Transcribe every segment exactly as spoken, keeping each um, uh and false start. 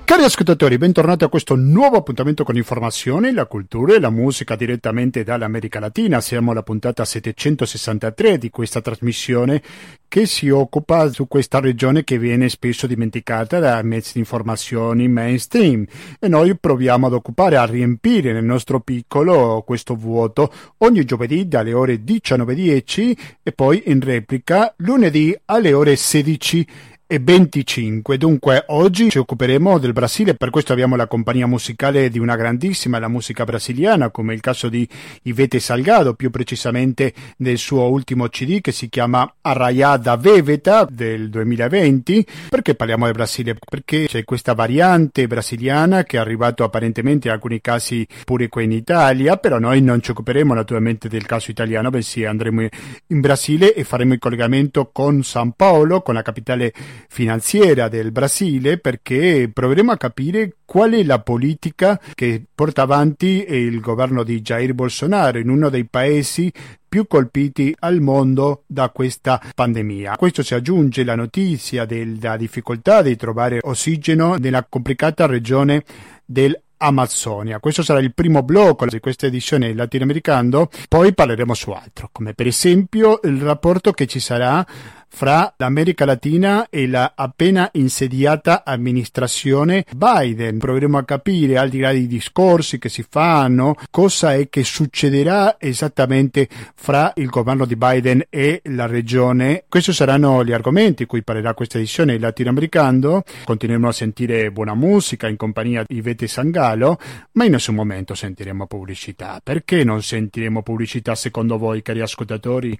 Cari ascoltatori, bentornati a questo nuovo appuntamento con informazioni, la cultura e la musica direttamente dall'America Latina. Siamo alla puntata settecentosessantatré di questa trasmissione che si occupa su questa regione che viene spesso dimenticata dai mezzi di informazione mainstream, e noi proviamo ad occupare, a riempire nel nostro piccolo questo vuoto ogni giovedì dalle ore diciannove e dieci e poi in replica lunedì alle ore sedici e venticinque. Dunque oggi ci occuperemo del Brasile, per questo abbiamo la compagnia musicale di una grandissima, la musica brasiliana, come il caso di Ivete Salgado, più precisamente del suo ultimo C D che si chiama Arraiada Veveta del duemilaventi. Perché parliamo del Brasile? Perché c'è questa variante brasiliana che è arrivato apparentemente in alcuni casi pure qui in Italia, però noi non ci occuperemo naturalmente del caso italiano, bensì andremo in Brasile e faremo il collegamento con San Paolo, con la capitale finanziaria del Brasile, perché proveremo a capire qual è la politica che porta avanti il governo di Jair Bolsonaro in uno dei paesi più colpiti al mondo da questa pandemia. A questo si aggiunge la notizia della difficoltà di trovare ossigeno nella complicata regione del Amazzonia. Questo sarà il primo blocco di questa edizione latinoamericano, poi parleremo su altro, come per esempio il rapporto che ci sarà fra l'America Latina e la appena insediata amministrazione Biden. Proveremo a capire, al di là dei discorsi che si fanno, cosa è che succederà esattamente fra il governo di Biden e la regione. Questi saranno gli argomenti cui parlerà questa edizione latinoamericano. Continueremo a sentire buona musica in compagnia di Ivete Sangalo, ma in nessun momento sentiremo pubblicità. Perché non sentiremo pubblicità secondo voi, cari ascoltatori?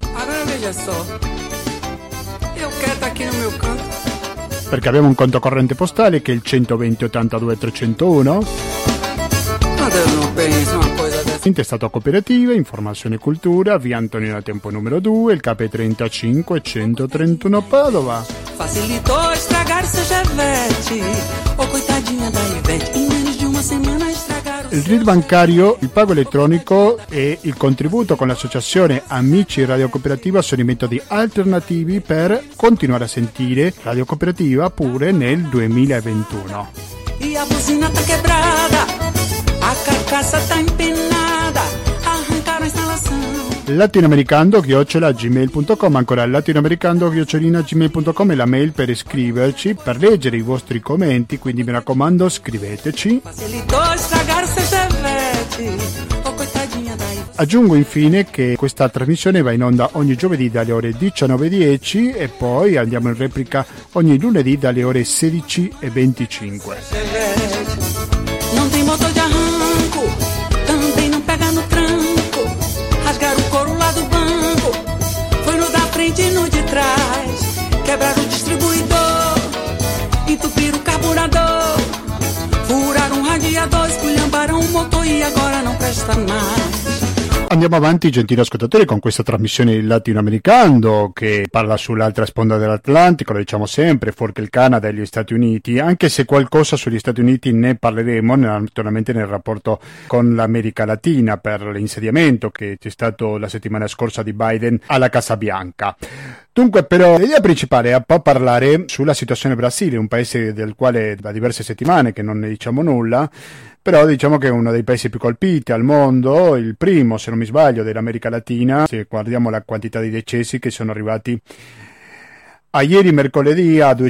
Perché abbiamo un conto corrente postale che è il centoventi ottantadue trecentouno. Intestato a Cooperativa, Informazione e Cultura, via Antonino Tempo numero due, il K trentacinque centotrentuno Padova. Facilitou estragar seu Chevette, oh coitadinha da Ivete, in meno di una settimana estragaram. Il R I D bancario, il pago elettronico e il contributo con l'associazione Amici Radio Cooperativa sono i metodi alternativi per continuare a sentire Radio Cooperativa pure nel duemilaventuno. E a buzina tá quebrada, a carcassa tá empinada, arrancaram a instalação. Latinoamericando chiocciola gmail punto com, ancora latinoamericando chiocciolina gmail punto com è la mail per iscriverci, per leggere i vostri commenti, quindi mi raccomando scriveteci. Aggiungo infine che questa trasmissione va in onda ogni giovedì dalle ore diciannove e dieci e poi andiamo in replica ogni lunedì dalle ore sedici e venticinque. Non tem motor de arranco, também não pega no tranco, rasgar o couro lá do banco, foi no da frente e no de trás, quebrar o distribuidor, entupir o carburador, furar um radiador, esculhambaram o motor e agora não presta mais. Andiamo avanti, gentili ascoltatori, con questa trasmissione latinoamericano che parla sull'altra sponda dell'Atlantico, lo diciamo sempre, fuori il Canada e gli Stati Uniti, anche se qualcosa sugli Stati Uniti ne parleremo naturalmente nel rapporto con l'America Latina per l'insediamento che c'è stato la settimana scorsa di Biden alla Casa Bianca. Dunque, però, l'idea principale è un po' parlare sulla situazione Brasile, un paese del quale da diverse settimane che non ne diciamo nulla, però diciamo che è uno dei paesi più colpiti al mondo, il primo, se non mi sbaglio, dell'America Latina, se guardiamo la quantità di decessi che sono arrivati a ieri mercoledì a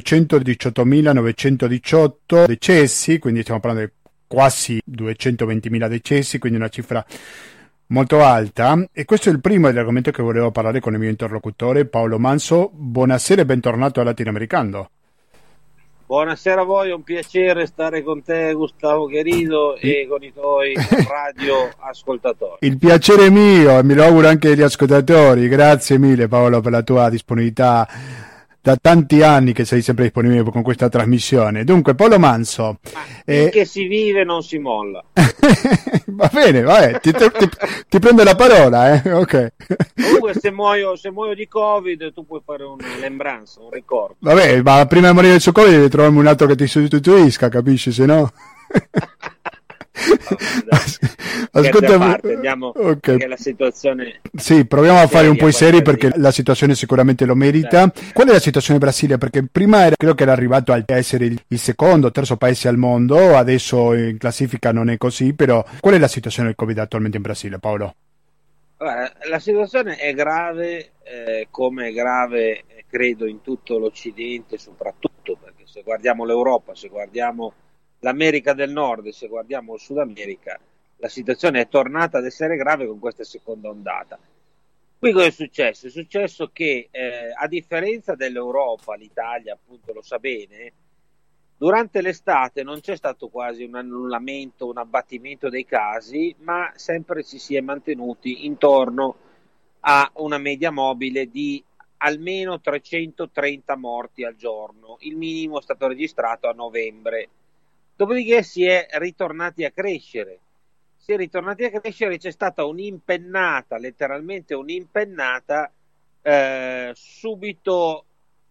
duecentodiciottomilanovecentodiciotto decessi, quindi stiamo parlando di quasi duecentoventimila decessi, quindi una cifra molto alta. E questo è il primo dell'argomento che volevo parlare con il mio interlocutore Paolo Manso. Buonasera e bentornato a Latinoamericano. Buonasera a voi, è un piacere stare con te Gustavo querido e con i tuoi radio ascoltatori. Il piacere è mio e me lo auguro anche agli ascoltatori. Grazie mille Paolo per la tua disponibilità. Da tanti anni che sei sempre disponibile con questa trasmissione. Dunque, Paolo Manso. Finché eh... si vive non si molla. Va bene, vabbè, ti, ti, ti prendo la parola, eh? Ok. Comunque, se muoio, se muoio di Covid, tu puoi fare un lembranza, un ricordo. Vabbè, ma prima di morire del suo Covid troviamo un altro che ti sostituisca, capisci? Se no. Ascolta, a parte, andiamo, okay. Perché la situazione... Sì, proviamo a fare un po' i seri perché la situazione sicuramente lo merita. Sì. Qual è la situazione in Brasile? Perché prima era, credo che era arrivato a essere il, il secondo, terzo paese al mondo, adesso in classifica non è così, però qual è la situazione del Covid attualmente in Brasile, Paolo? Allora, la situazione è grave, eh, come è grave eh, credo in tutto l'Occidente, soprattutto perché se guardiamo l'Europa, se guardiamo l'America del Nord, se guardiamo il Sud America, la situazione è tornata ad essere grave con questa seconda ondata. Qui cosa è successo? È successo che eh, a differenza dell'Europa, l'Italia appunto lo sa bene, durante l'estate non c'è stato quasi un annullamento, un abbattimento dei casi, ma sempre ci si è mantenuti intorno a una media mobile di almeno trecentotrenta morti al giorno. Il minimo è stato registrato a novembre. Dopodiché si è ritornati a crescere. Si è ritornati a crescere, c'è stata un'impennata, letteralmente un'impennata, eh, subito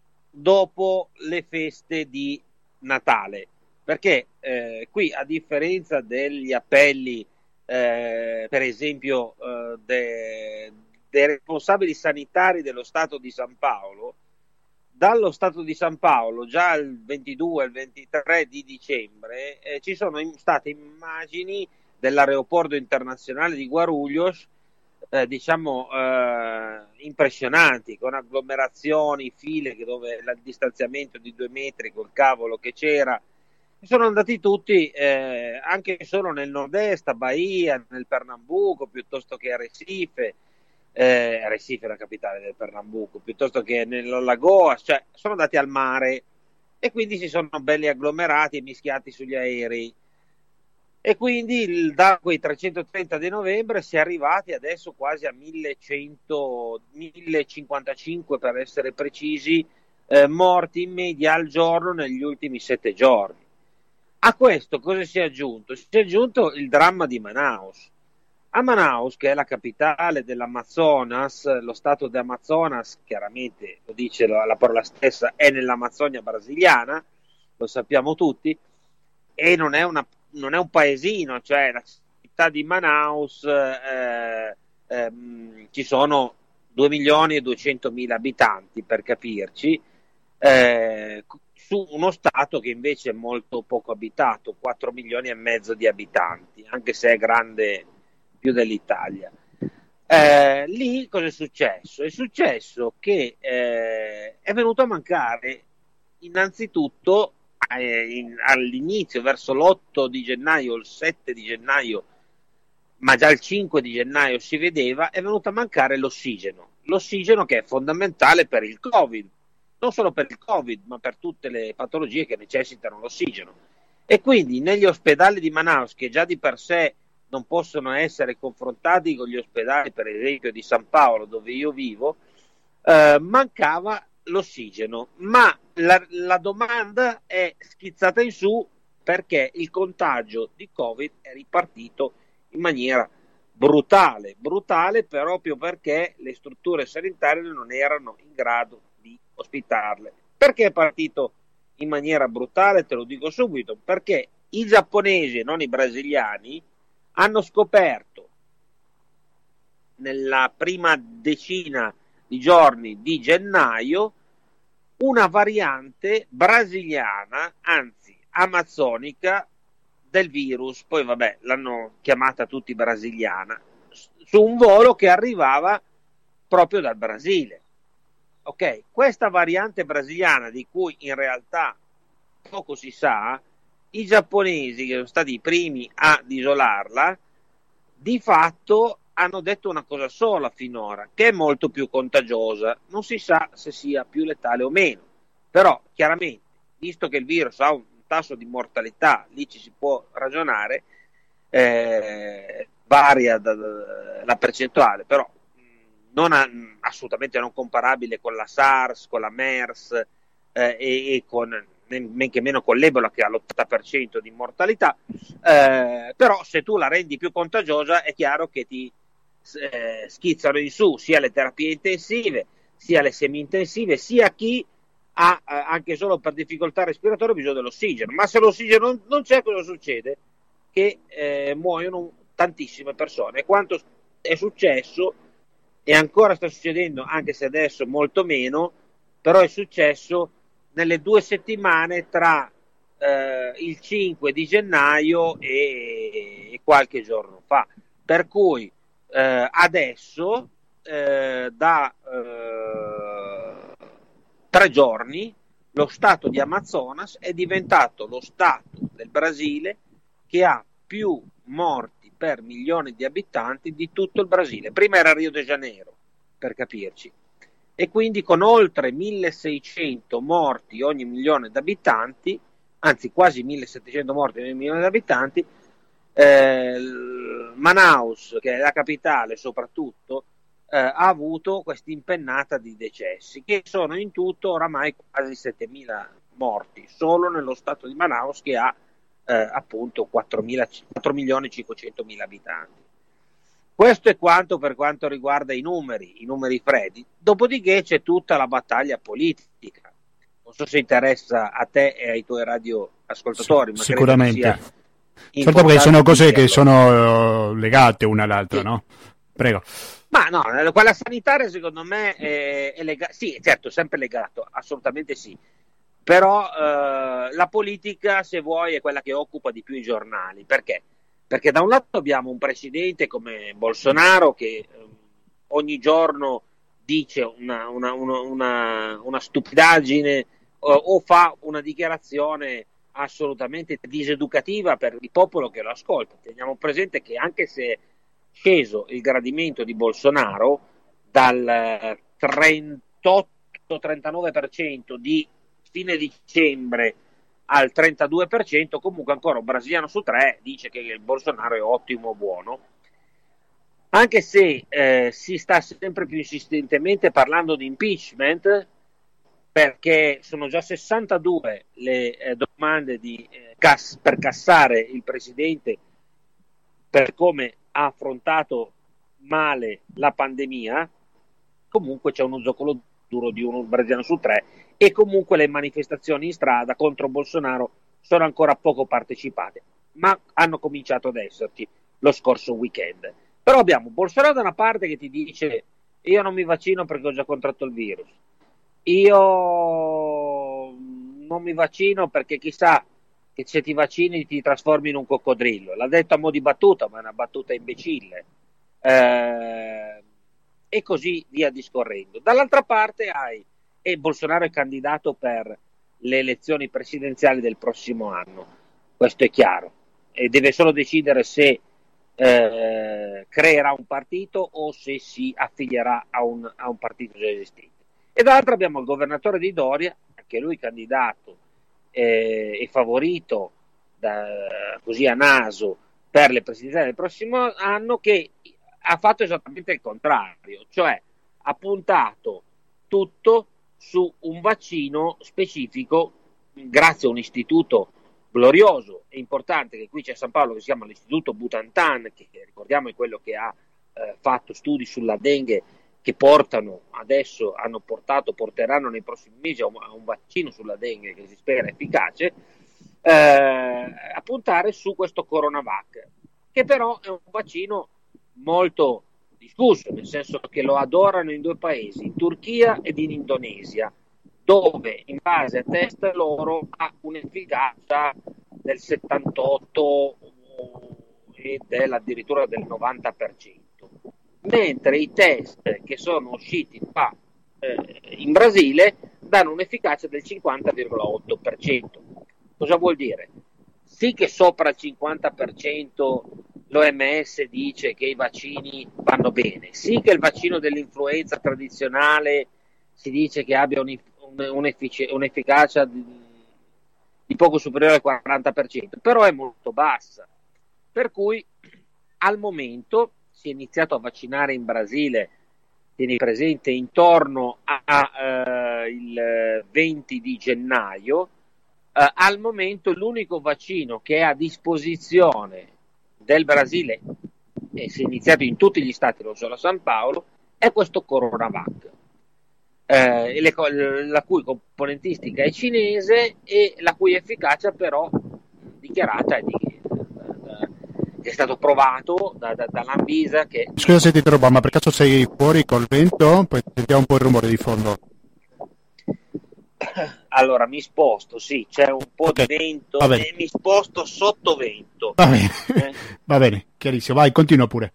dopo le feste di Natale, perché eh, qui a differenza degli appelli eh, per esempio eh, de, dei responsabili sanitari dello Stato di San Paolo, dallo Stato di San Paolo già il ventidue e il ventitré di dicembre eh, ci sono in, state immagini dell'aeroporto internazionale di Guarulhos Eh, diciamo eh, impressionanti, con agglomerazioni, file dove il distanziamento di due metri col cavolo che c'era. Sono andati tutti eh, anche solo nel nord-est, a Bahia, nel Pernambuco, piuttosto che a Recife, eh, Recife è la capitale del Pernambuco, piuttosto che nella Lagoa, cioè sono andati al mare e quindi si sono belli agglomerati e mischiati sugli aerei. E quindi da quei trecentotrenta di novembre si è arrivati adesso quasi a millecento, millecinquantacinque per essere precisi, eh, morti in media al giorno negli ultimi sette giorni. A questo cosa si è aggiunto? Si è aggiunto il dramma di Manaus. A Manaus, che è la capitale dell'Amazonas, lo stato di Amazonas, chiaramente lo dice la, la parola stessa, è nell'Amazzonia brasiliana, lo sappiamo tutti, e non è una non è un paesino, cioè la città di Manaus eh, ehm, ci sono due milioni e duecentomila abitanti, per capirci, eh, su uno stato che invece è molto poco abitato, quattro milioni e mezzo di abitanti, anche se è grande più dell'Italia. Eh, lì cosa è successo? È successo che eh, è venuto a mancare innanzitutto In, all'inizio, verso l'otto di gennaio, il sette di gennaio, ma già il cinque di gennaio si vedeva, è venuto a mancare l'ossigeno. L'ossigeno che è fondamentale per il Covid, non solo per il Covid, ma per tutte le patologie che necessitano l'ossigeno. E quindi negli ospedali di Manaus, che già di per sé non possono essere confrontati con gli ospedali, per esempio, di San Paolo, dove io vivo, eh, mancava l'ossigeno, ma la, la domanda è schizzata in su perché il contagio di Covid è ripartito in maniera brutale, brutale proprio perché le strutture sanitarie non erano in grado di ospitarle. Perché è partito in maniera brutale? Te lo dico subito, perché i giapponesi, non i brasiliani, hanno scoperto nella prima decina di giorni di gennaio una variante brasiliana, anzi amazzonica, del virus. Poi vabbè, l'hanno chiamata tutti brasiliana, su un volo che arrivava proprio dal Brasile. Ok, questa variante brasiliana, di cui in realtà poco si sa, i giapponesi, che sono stati i primi ad isolarla, di fatto hanno detto una cosa sola finora, che è molto più contagiosa. Non si sa se sia più letale o meno, però chiaramente, visto che il virus ha un tasso di mortalità, lì ci si può ragionare, eh, varia da, da, la percentuale, però non ha, assolutamente non comparabile con la SARS, con la MERS eh, e, e con men che meno con l'Ebola, che ha l'ottanta per cento di mortalità, eh, però se tu la rendi più contagiosa è chiaro che ti eh, schizzano in su sia le terapie intensive, sia le semi-intensive, sia chi ha eh, anche solo per difficoltà respiratorie bisogno dell'ossigeno. Ma se l'ossigeno non, non c'è, cosa succede? Che che eh, muoiono tantissime persone. Quanto è successo e ancora sta succedendo, anche se adesso molto meno, però è successo nelle due settimane tra eh, il cinque di gennaio e, e qualche giorno fa. Per cui eh, adesso eh, da eh, tre giorni lo stato di Amazonas è diventato lo stato del Brasile che ha più morti per milione di abitanti di tutto il Brasile. Prima era Rio de Janeiro, per capirci, e quindi con oltre milleseicento morti ogni milione di abitanti, anzi quasi millesettecento morti ogni milione di abitanti, eh, Manaus, che è la capitale soprattutto, eh, ha avuto questa impennata di decessi, che sono in tutto oramai quasi settemila morti, solo nello stato di Manaus, che ha eh, appunto quattro milioni cinquecentomila abitanti. Questo è quanto per quanto riguarda i numeri, i numeri freddi. Dopodiché c'è tutta la battaglia politica. Non so se interessa a te e ai tuoi radioascoltatori, sì, ma sicuramente. Certo, perché sono cose che sono legate una all'altra, sì. No? Prego. Ma no, quella sanitaria secondo me è, è legata, sì, certo, sempre legato, assolutamente sì. Però eh, la politica, se vuoi, è quella che occupa di più i giornali. Perché? Perché da un lato abbiamo un presidente come Bolsonaro che eh, ogni giorno dice una, una, una, una, una stupidaggine o, o fa una dichiarazione assolutamente diseducativa per il popolo che lo ascolta. Teniamo presente che anche se è sceso il gradimento di Bolsonaro dal trentotto trentanove per cento di fine dicembre al trentadue per cento, comunque ancora un brasiliano su tre dice che il Bolsonaro è ottimo, buono, anche se eh, si sta sempre più insistentemente parlando di impeachment, perché sono già sessantadue le eh, domande di, eh, cass- per cassare il presidente per come ha affrontato male la pandemia. Comunque c'è uno zoccolo duro di uno brasiliano su tre, e comunque le manifestazioni in strada contro Bolsonaro sono ancora poco partecipate, ma hanno cominciato ad esserci lo scorso weekend. Però abbiamo Bolsonaro da una parte che ti dice: io non mi vaccino perché ho già contratto il virus, io non mi vaccino perché chissà che se ti vaccini ti trasformi in un coccodrillo. L'ha detto a mo' di battuta, ma è una battuta imbecille. Eh, e così via discorrendo. Dall'altra parte hai, e Bolsonaro è candidato per le elezioni presidenziali del prossimo anno, questo è chiaro, e deve solo decidere se eh, creerà un partito o se si affilierà a un, a un partito già esistente. E dall'altra abbiamo il governatore di Doria, anche lui candidato eh, e favorito da, così a naso per le presidenziali del prossimo anno, che ha fatto esattamente il contrario, cioè ha puntato tutto su un vaccino specifico grazie a un istituto glorioso e importante che qui c'è a San Paolo, che si chiama l'Istituto Butantan, che ricordiamo è quello che ha eh, fatto studi sulla dengue, che portano adesso, hanno portato, porteranno nei prossimi mesi a un, a un vaccino sulla dengue che si spera efficace, eh, a puntare su questo Coronavac, che però è un vaccino molto discusso, nel senso che lo adorano in due paesi, in Turchia ed in Indonesia, dove in base a test loro ha un'efficacia del settantotto e addirittura del novanta per cento, mentre i test che sono usciti qua eh, in Brasile danno un'efficacia del cinquanta virgola otto per cento. Cosa vuol dire? Sì che sopra il cinquanta per cento l'O M S dice che i vaccini vanno bene, sì che il vaccino dell'influenza tradizionale si dice che abbia un, un, un'effic- un'efficacia di, di poco superiore al quaranta per cento, però è molto bassa, per cui al momento si è iniziato a vaccinare in Brasile, tieni presente, intorno al venti di gennaio. Uh, al momento l'unico vaccino che è a disposizione del Brasile, e si è iniziato in tutti gli stati, non solo a San Paolo, è questo Coronavac, eh, le, la cui componentistica è cinese e la cui efficacia però dichiarata è di, che è stato provato da, da, dall'Anvisa. Che... Scusa se ti interrompo, ma per caso sei fuori col vento? Poi sentiamo un po' il rumore di fondo. Allora mi sposto, sì, c'è un po' okay. di vento e mi sposto sotto vento. Va bene, eh? Va bene, chiarissimo, vai, continua pure.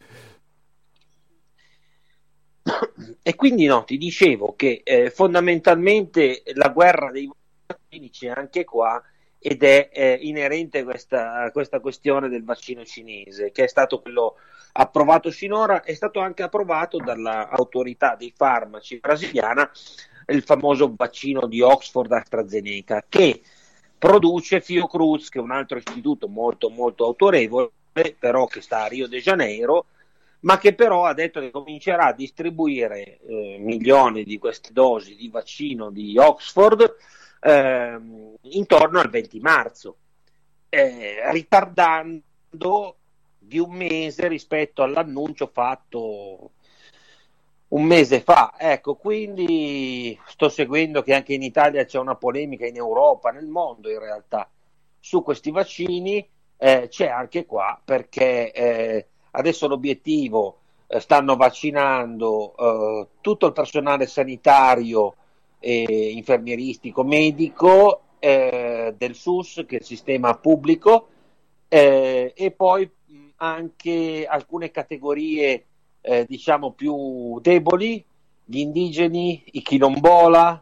E quindi no, ti dicevo che eh, fondamentalmente la guerra dei vaccini c'è anche qua, ed è eh, inerente a questa, a questa questione del vaccino cinese, che è stato quello approvato finora, è stato anche approvato dall'autorità dei farmaci brasiliana, il famoso vaccino di Oxford AstraZeneca, che produce Fiocruz, che è un altro istituto molto molto autorevole, però che sta a Rio de Janeiro, ma che però ha detto che comincerà a distribuire eh, milioni di queste dosi di vaccino di Oxford eh, intorno al venti marzo, eh, ritardando di un mese rispetto all'annuncio fatto un mese fa. Ecco, quindi sto seguendo che anche in Italia c'è una polemica, in Europa, nel mondo in realtà, su questi vaccini. Eh, c'è anche qua perché eh, adesso l'obiettivo, eh, stanno vaccinando eh, tutto il personale sanitario e infermieristico medico eh, del S U S, che è il sistema pubblico, eh, e poi mh, anche alcune categorie eh, diciamo più deboli, gli indigeni, i quilombola,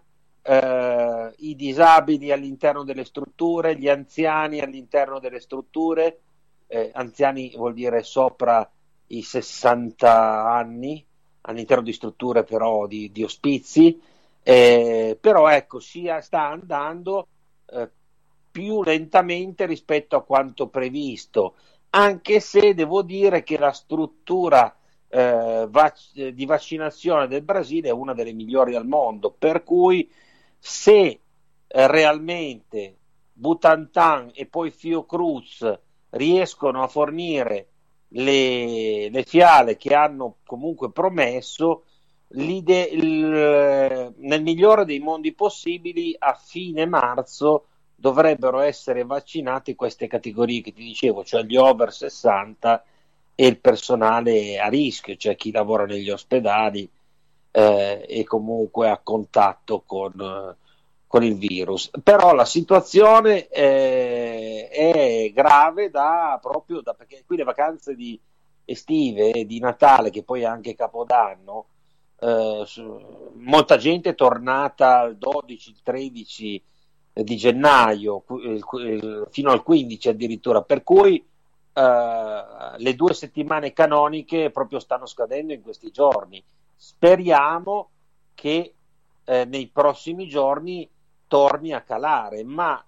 eh, i disabili all'interno delle strutture, gli anziani all'interno delle strutture, eh, anziani vuol dire sopra i sessanta anni, all'interno di strutture però di, di ospizi, eh, però ecco, sia sta andando eh, più lentamente rispetto a quanto previsto, anche se devo dire che la struttura eh, vac- di vaccinazione del Brasile è una delle migliori al mondo, per cui se eh, realmente Butantan e poi Fiocruz riescono a fornire le, le fiale che hanno comunque promesso, l'ide- il, nel migliore dei mondi possibili a fine marzo dovrebbero essere vaccinate queste categorie che ti dicevo, cioè gli over sessanta e il personale a rischio, cioè chi lavora negli ospedali eh, e comunque a contatto con, eh, con il virus. Però la situazione eh, è grave da proprio da, perché qui le vacanze di estive, di Natale, che poi è anche Capodanno, eh, molta gente è tornata il dodici, tredici di gennaio il, il, fino al quindici addirittura, per cui eh, le due settimane canoniche proprio stanno scadendo in questi giorni. Speriamo che eh, nei prossimi giorni torni a calare, ma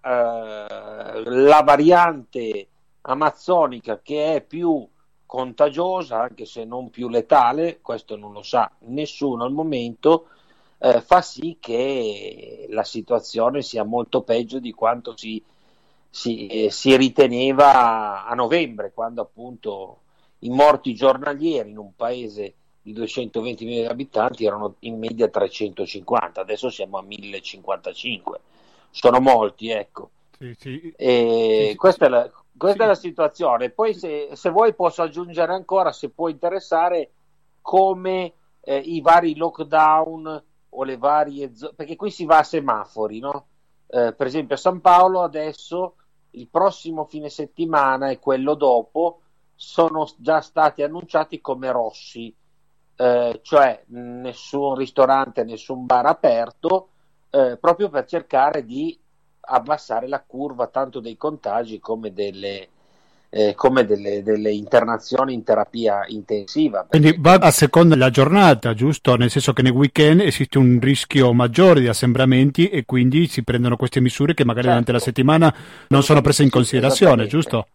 eh, la variante amazzonica, che è più contagiosa anche se non più letale, questo non lo sa nessuno al momento, eh, fa sì che la situazione sia molto peggio di quanto si, si, eh, si riteneva a novembre, quando appunto i morti giornalieri in un paese di duecentoventi milioni di abitanti erano in media trecentocinquanta, adesso siamo a millecinquantacinque, sono molti, ecco. Sì, sì. E Sì, questa, sì, è la, questa sì. è la situazione. Poi se, se vuoi posso aggiungere ancora, se può interessare, come eh, i vari lockdown o le varie zone, perché qui si va a semafori, no? Eh, per esempio a San Paolo adesso il prossimo fine settimana e quello dopo sono già stati annunciati come rossi, eh, cioè nessun ristorante, nessun bar aperto, eh, proprio per cercare di abbassare la curva tanto dei contagi come delle, eh, come delle, delle internazioni in terapia intensiva. Quindi va a seconda della giornata, giusto? Nel senso che nel weekend esiste un rischio maggiore di assembramenti e quindi si prendono queste misure che magari certo, durante la settimana non sono prese in sì, considerazione, giusto?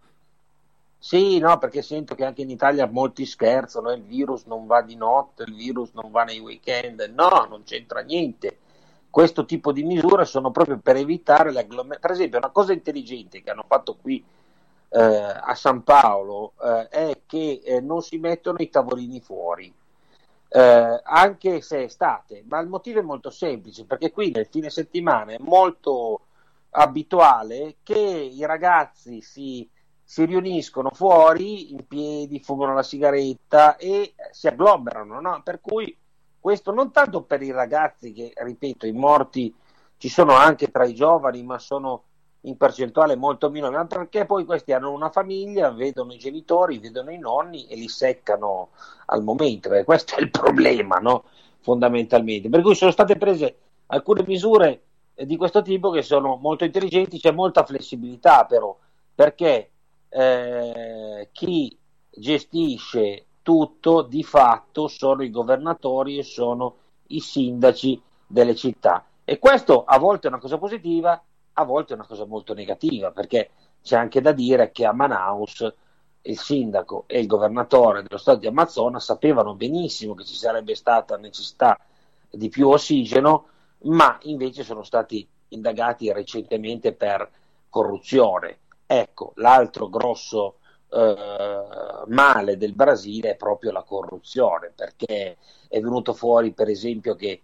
Sì, no, perché sento che anche in Italia molti scherzano, il virus non va di notte, il virus non va nei weekend. No, non c'entra niente. Questo tipo di misure sono proprio per evitare l'agglomerazione. Per esempio, una cosa intelligente che hanno fatto qui eh, a San Paolo eh, è che eh, non si mettono i tavolini fuori, eh, anche se è estate, ma il motivo è molto semplice, perché qui nel fine settimana è molto abituale che i ragazzi si si riuniscono fuori in piedi, fumano la sigaretta e si agglomerano, no? Per cui questo non tanto per i ragazzi che, ripeto, i morti ci sono anche tra i giovani, ma sono in percentuale molto minore, ma perché poi questi hanno una famiglia, vedono i genitori, vedono i nonni e li seccano al momento, e questo è il problema, no? Fondamentalmente. Per cui sono state prese alcune misure eh, di questo tipo che sono molto intelligenti, c'è molta flessibilità però, perché eh, chi gestisce tutto di fatto sono i governatori e sono i sindaci delle città, e questo a volte è una cosa positiva, a volte è una cosa molto negativa, perché c'è anche da dire che a Manaus il sindaco e il governatore dello stato di Amazonas sapevano benissimo che ci sarebbe stata necessità di più ossigeno, ma invece sono stati indagati recentemente per corruzione. Ecco, l'altro grosso eh, male del Brasile è proprio la corruzione, perché è venuto fuori per esempio che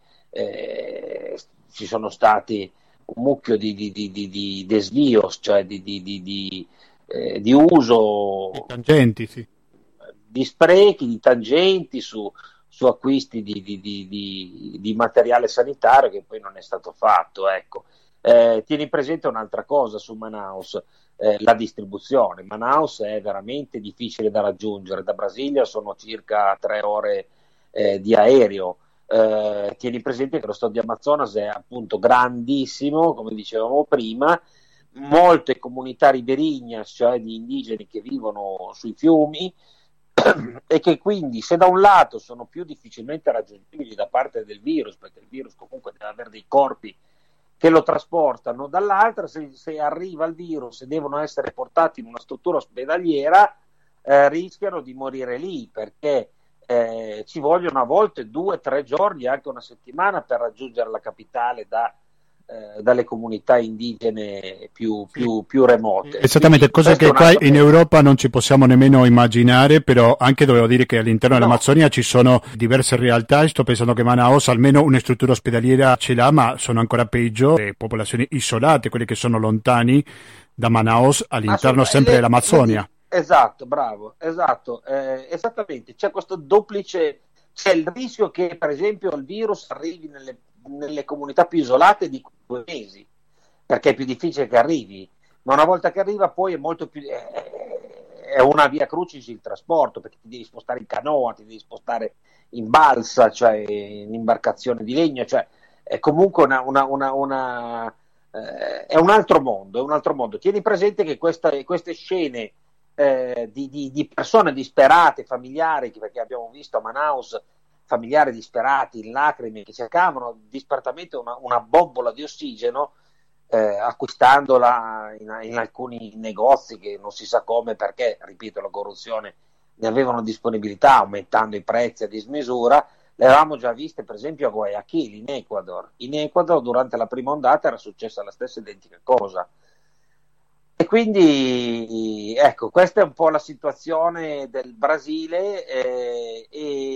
eh, ci sono stati un mucchio di, di, di, di, di desvios, cioè di, di, di, di, eh, di uso I tangenti, sì. di sprechi, di tangenti su, su acquisti di, di, di, di, di materiale sanitario che poi non è stato fatto. Ecco. Eh, tieni presente un'altra cosa su Manaus, eh, la distribuzione. Manaus è veramente difficile da raggiungere, da Brasilia sono circa tre ore eh, di aereo. Eh, tieni presente che lo stato di Amazonas è appunto grandissimo, come dicevamo prima, molte comunità riberigne, cioè di indigeni che vivono sui fiumi, e che quindi se da un lato sono più difficilmente raggiungibili da parte del virus, perché il virus comunque deve avere dei corpi che lo trasportano, dall'altra se, se arriva il virus e devono essere portati in una struttura ospedaliera eh, rischiano di morire lì, perché eh, ci vogliono a volte due, tre giorni, anche una settimana per raggiungere la capitale da eh, dalle comunità indigene più, più, più remote. Esattamente, Quindi, cose che qua in cosa... Europa non ci possiamo nemmeno immaginare, però anche dovevo dire che all'interno no. dell'Amazzonia ci sono diverse realtà e sto pensando che Manaus almeno una struttura ospedaliera ce l'ha, ma sono ancora peggio le popolazioni isolate, quelle che sono lontani da Manaus all'interno sempre le, dell'Amazzonia. Esatto, bravo, esatto, eh, esattamente, c'è questo duplice, c'è il rischio che per esempio il virus arrivi nelle, nelle comunità più isolate di due mesi, perché è più difficile che arrivi, ma una volta che arriva poi è molto più, eh, è una via crucis il trasporto, perché ti devi spostare in canoa, ti devi spostare in balsa, cioè in imbarcazione di legno, cioè è comunque una, una, una, una eh, è un altro mondo, è un altro mondo. Tieni presente che questa, queste scene Eh, di, di, di persone disperate, familiari, perché abbiamo visto a Manaus familiari disperati in lacrime che cercavano disperatamente una, una bombola di ossigeno, eh, acquistandola in, in alcuni negozi che non si sa come, perché, ripeto, la corruzione ne avevano disponibilità aumentando i prezzi a dismisura. Le avevamo già viste per esempio a Guayaquil in Ecuador. In Ecuador durante la prima ondata era successa la stessa identica cosa. E quindi ecco, questa è un po' la situazione del Brasile eh,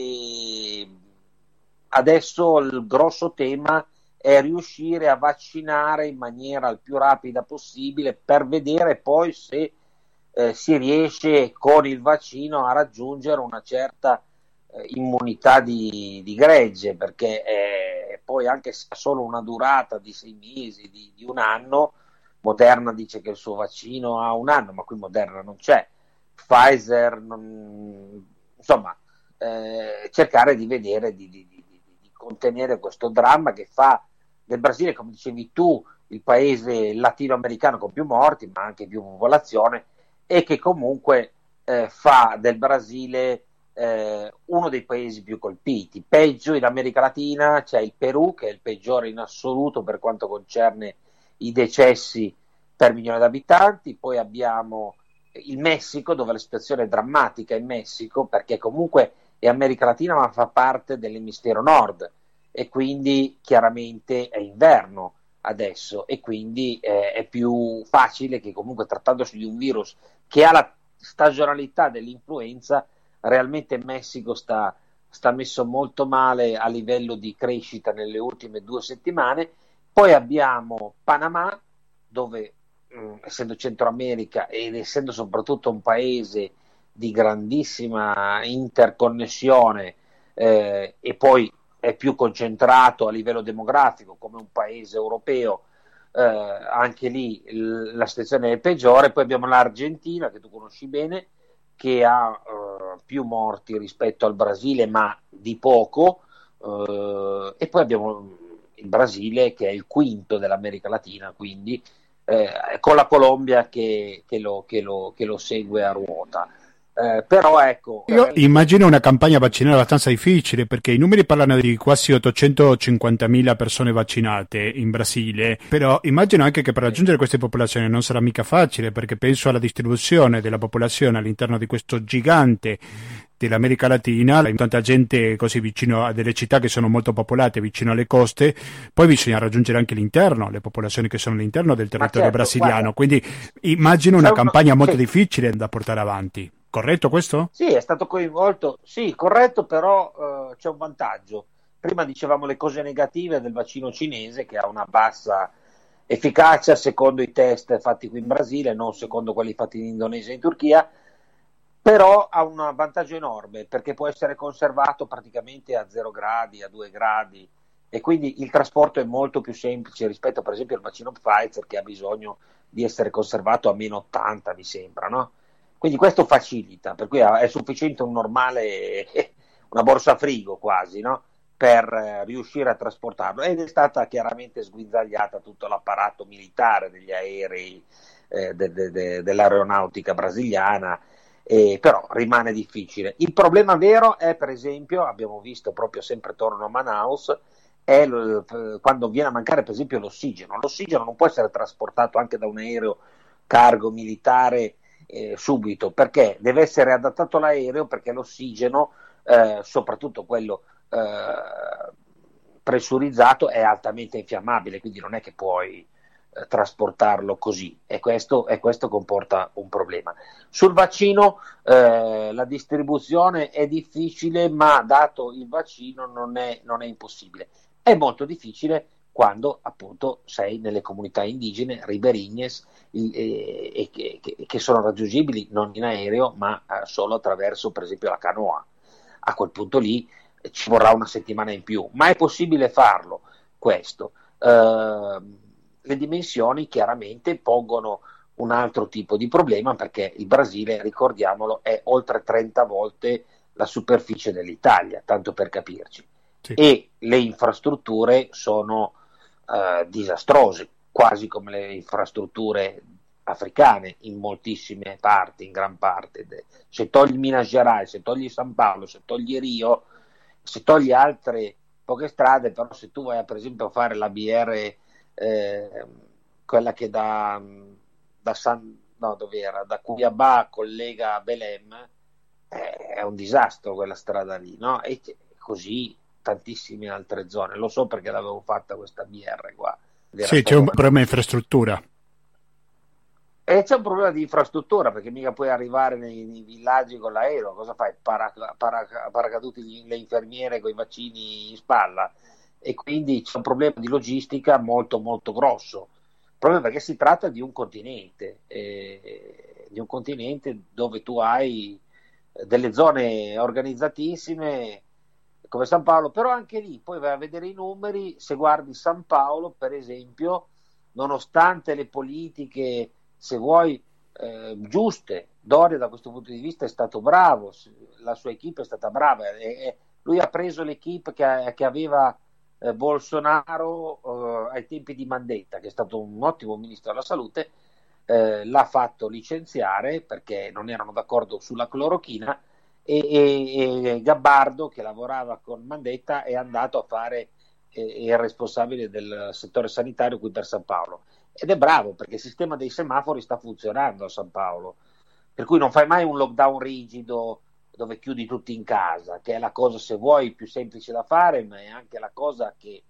e adesso il grosso tema è riuscire a vaccinare in maniera il più rapida possibile per vedere poi se eh, si riesce con il vaccino a raggiungere una certa eh, immunità di, di gregge, perché eh, poi anche se ha solo una durata di sei mesi, di, di un anno. Moderna dice che il suo vaccino ha un anno, ma qui Moderna non c'è, Pfizer, non... insomma, eh, cercare di vedere, di, di, di, di contenere questo dramma che fa del Brasile, come dicevi tu, il paese latinoamericano con più morti, ma anche più popolazione, e che comunque eh, fa del Brasile eh, uno dei paesi più colpiti. Peggio in America Latina c'è il Perù, che è il peggiore in assoluto per quanto concerne i decessi per milione di abitanti, poi abbiamo il Messico, dove la situazione è drammatica in Messico, perché comunque è America Latina ma fa parte dell'emisfero nord e quindi chiaramente è inverno adesso e quindi eh, è più facile che comunque trattandosi di un virus che ha la stagionalità dell'influenza, realmente il Messico sta, sta messo molto male a livello di crescita nelle ultime due settimane. Poi abbiamo Panama, dove mh, essendo Centro America ed essendo soprattutto un paese di grandissima interconnessione, eh, e poi è più concentrato a livello demografico come un paese europeo, eh, anche lì l- la situazione è peggiore. Poi abbiamo l'Argentina, che tu conosci bene, che ha eh, più morti rispetto al Brasile, ma di poco, eh, e poi abbiamo il Brasile, che è il quinto dell'America Latina, quindi eh, con la Colombia che, che, lo, che, lo, che lo segue a ruota. Eh, però ecco, Io veramente. immagino una campagna vaccinale abbastanza difficile perché i numeri parlano di quasi ottocentocinquantamila persone vaccinate in Brasile, però immagino anche che per Sì. raggiungere queste popolazioni non sarà mica facile perché penso alla distribuzione della popolazione all'interno di questo gigante dell'America Latina, in tanta gente così vicino a delle città che sono molto popolate, vicino alle coste, poi bisogna raggiungere anche l'interno, le popolazioni che sono all'interno del Ma territorio certo, brasiliano, guarda, quindi immagino c'è una uno, campagna molto sì, difficile da portare avanti. Corretto questo? sì, è stato coinvolto, sì, corretto, però eh, c'è un vantaggio. Prima dicevamo le cose negative del vaccino cinese, che ha una bassa efficacia secondo i test fatti qui in Brasile, non secondo quelli fatti in Indonesia e in Turchia, però ha un vantaggio enorme perché può essere conservato praticamente a zero gradi, a due gradi, e quindi il trasporto è molto più semplice rispetto per esempio al vaccino Pfizer, che ha bisogno di essere conservato a meno ottanta, mi sembra, no? Quindi questo facilita, per cui è sufficiente un normale, una borsa frigo quasi, no? Per eh, riuscire a trasportarlo, ed è stata chiaramente sguinzagliata tutto l'apparato militare degli aerei, eh, de, de, de, dell'aeronautica brasiliana, eh, però rimane difficile. Il problema vero è, per esempio, abbiamo visto proprio sempre attorno a Manaus, è lo, quando viene a mancare per esempio l'ossigeno. L'ossigeno non può essere trasportato anche da un aereo cargo militare eh, subito, perché deve essere adattato l'aereo, perché l'ossigeno, eh, soprattutto quello eh, pressurizzato, è altamente infiammabile, quindi non è che puoi eh, trasportarlo così, e questo, e questo comporta un problema. Sul vaccino eh, la distribuzione è difficile, ma dato il vaccino non è, non è impossibile. È molto difficile quando appunto sei nelle comunità indigene, riberignes, e, e che, che, sono raggiungibili non in aereo, ma eh, solo attraverso per esempio la canoa. A quel punto lì eh, ci vorrà una settimana in più, ma è possibile farlo questo. Eh, le dimensioni chiaramente pongono un altro tipo di problema, perché il Brasile, ricordiamolo, è oltre trenta volte la superficie dell'Italia, tanto per capirci, Sì. e le infrastrutture sono eh, disastrose, quasi come le infrastrutture africane in moltissime parti, in gran parte. Se togli Minas Gerais, se togli San Paolo, se togli Rio, se togli altre poche strade, però se tu vai per esempio a fare la B R, eh, quella che da, da San, no, dove era? Da Cuiabá collega a Belém, eh, è un disastro quella strada lì, no? E così tantissime altre zone. Lo so perché l'avevo fatta questa B R qua, ed era Sì, c'è un sopra problema di Monte. infrastruttura. E c'è un problema di infrastruttura, perché mica puoi arrivare nei, nei villaggi con l'aereo, cosa fai? Para, para, paracaduti le infermiere con i vaccini in spalla, e quindi c'è un problema di logistica molto molto grosso. Il problema è che si tratta di un continente, eh, di un continente dove tu hai delle zone organizzatissime come San Paolo, però anche lì poi vai a vedere i numeri. Se guardi San Paolo per esempio, nonostante le politiche, se vuoi, eh, giuste, Doria da questo punto di vista è stato bravo, la sua equipe è stata brava, e, e lui ha preso l'equipe che, che aveva eh, Bolsonaro eh, ai tempi di Mandetta, che è stato un ottimo ministro della salute, eh, l'ha fatto licenziare perché non erano d'accordo sulla clorochina, e, e, e Gabbardo, che lavorava con Mandetta, è andato a fare eh, il responsabile del settore sanitario qui per San Paolo, ed è bravo perché il sistema dei semafori sta funzionando a San Paolo, per cui non fai mai un lockdown rigido dove chiudi tutti in casa, che è la cosa, se vuoi, più semplice da fare, ma è anche la cosa che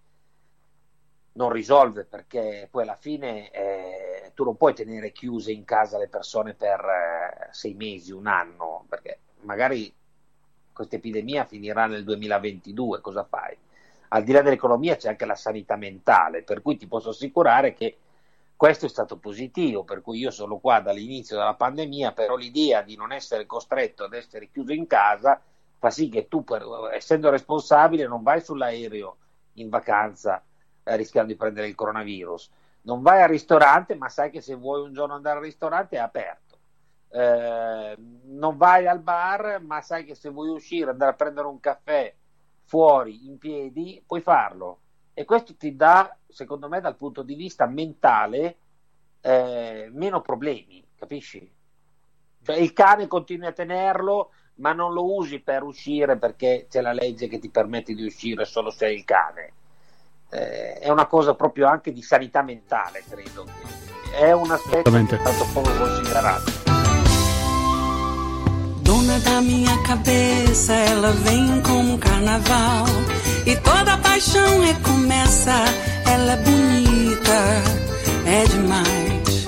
non risolve, perché poi alla fine eh, tu non puoi tenere chiuse in casa le persone per eh, sei mesi, un anno, perché magari questa epidemia finirà nel duemilaventidue, cosa fai? Al di là dell'economia c'è anche la sanità mentale, per cui ti posso assicurare che Questo è stato positivo, per cui io sono qua dall'inizio della pandemia, però l'idea di non essere costretto ad essere chiuso in casa fa sì che tu, per, essendo responsabile, non vai sull'aereo in vacanza eh, rischiando di prendere il coronavirus, non vai al ristorante, ma sai che se vuoi un giorno andare al ristorante è aperto, eh, non vai al bar, ma sai che se vuoi uscire, andare a prendere un caffè fuori in piedi, puoi farlo. E questo ti dà, secondo me, dal punto di vista mentale, eh, meno problemi, capisci? Cioè il cane continui a tenerlo, ma non lo usi per uscire perché c'è la legge che ti permette di uscire solo se hai il cane. Eh, è una cosa proprio anche di sanità mentale, credo. È un aspetto che è stato poco considerato. Dona da minha cabeça, ela vem como um carnaval e toda paixão recomeça. Ela é bonita, é demais.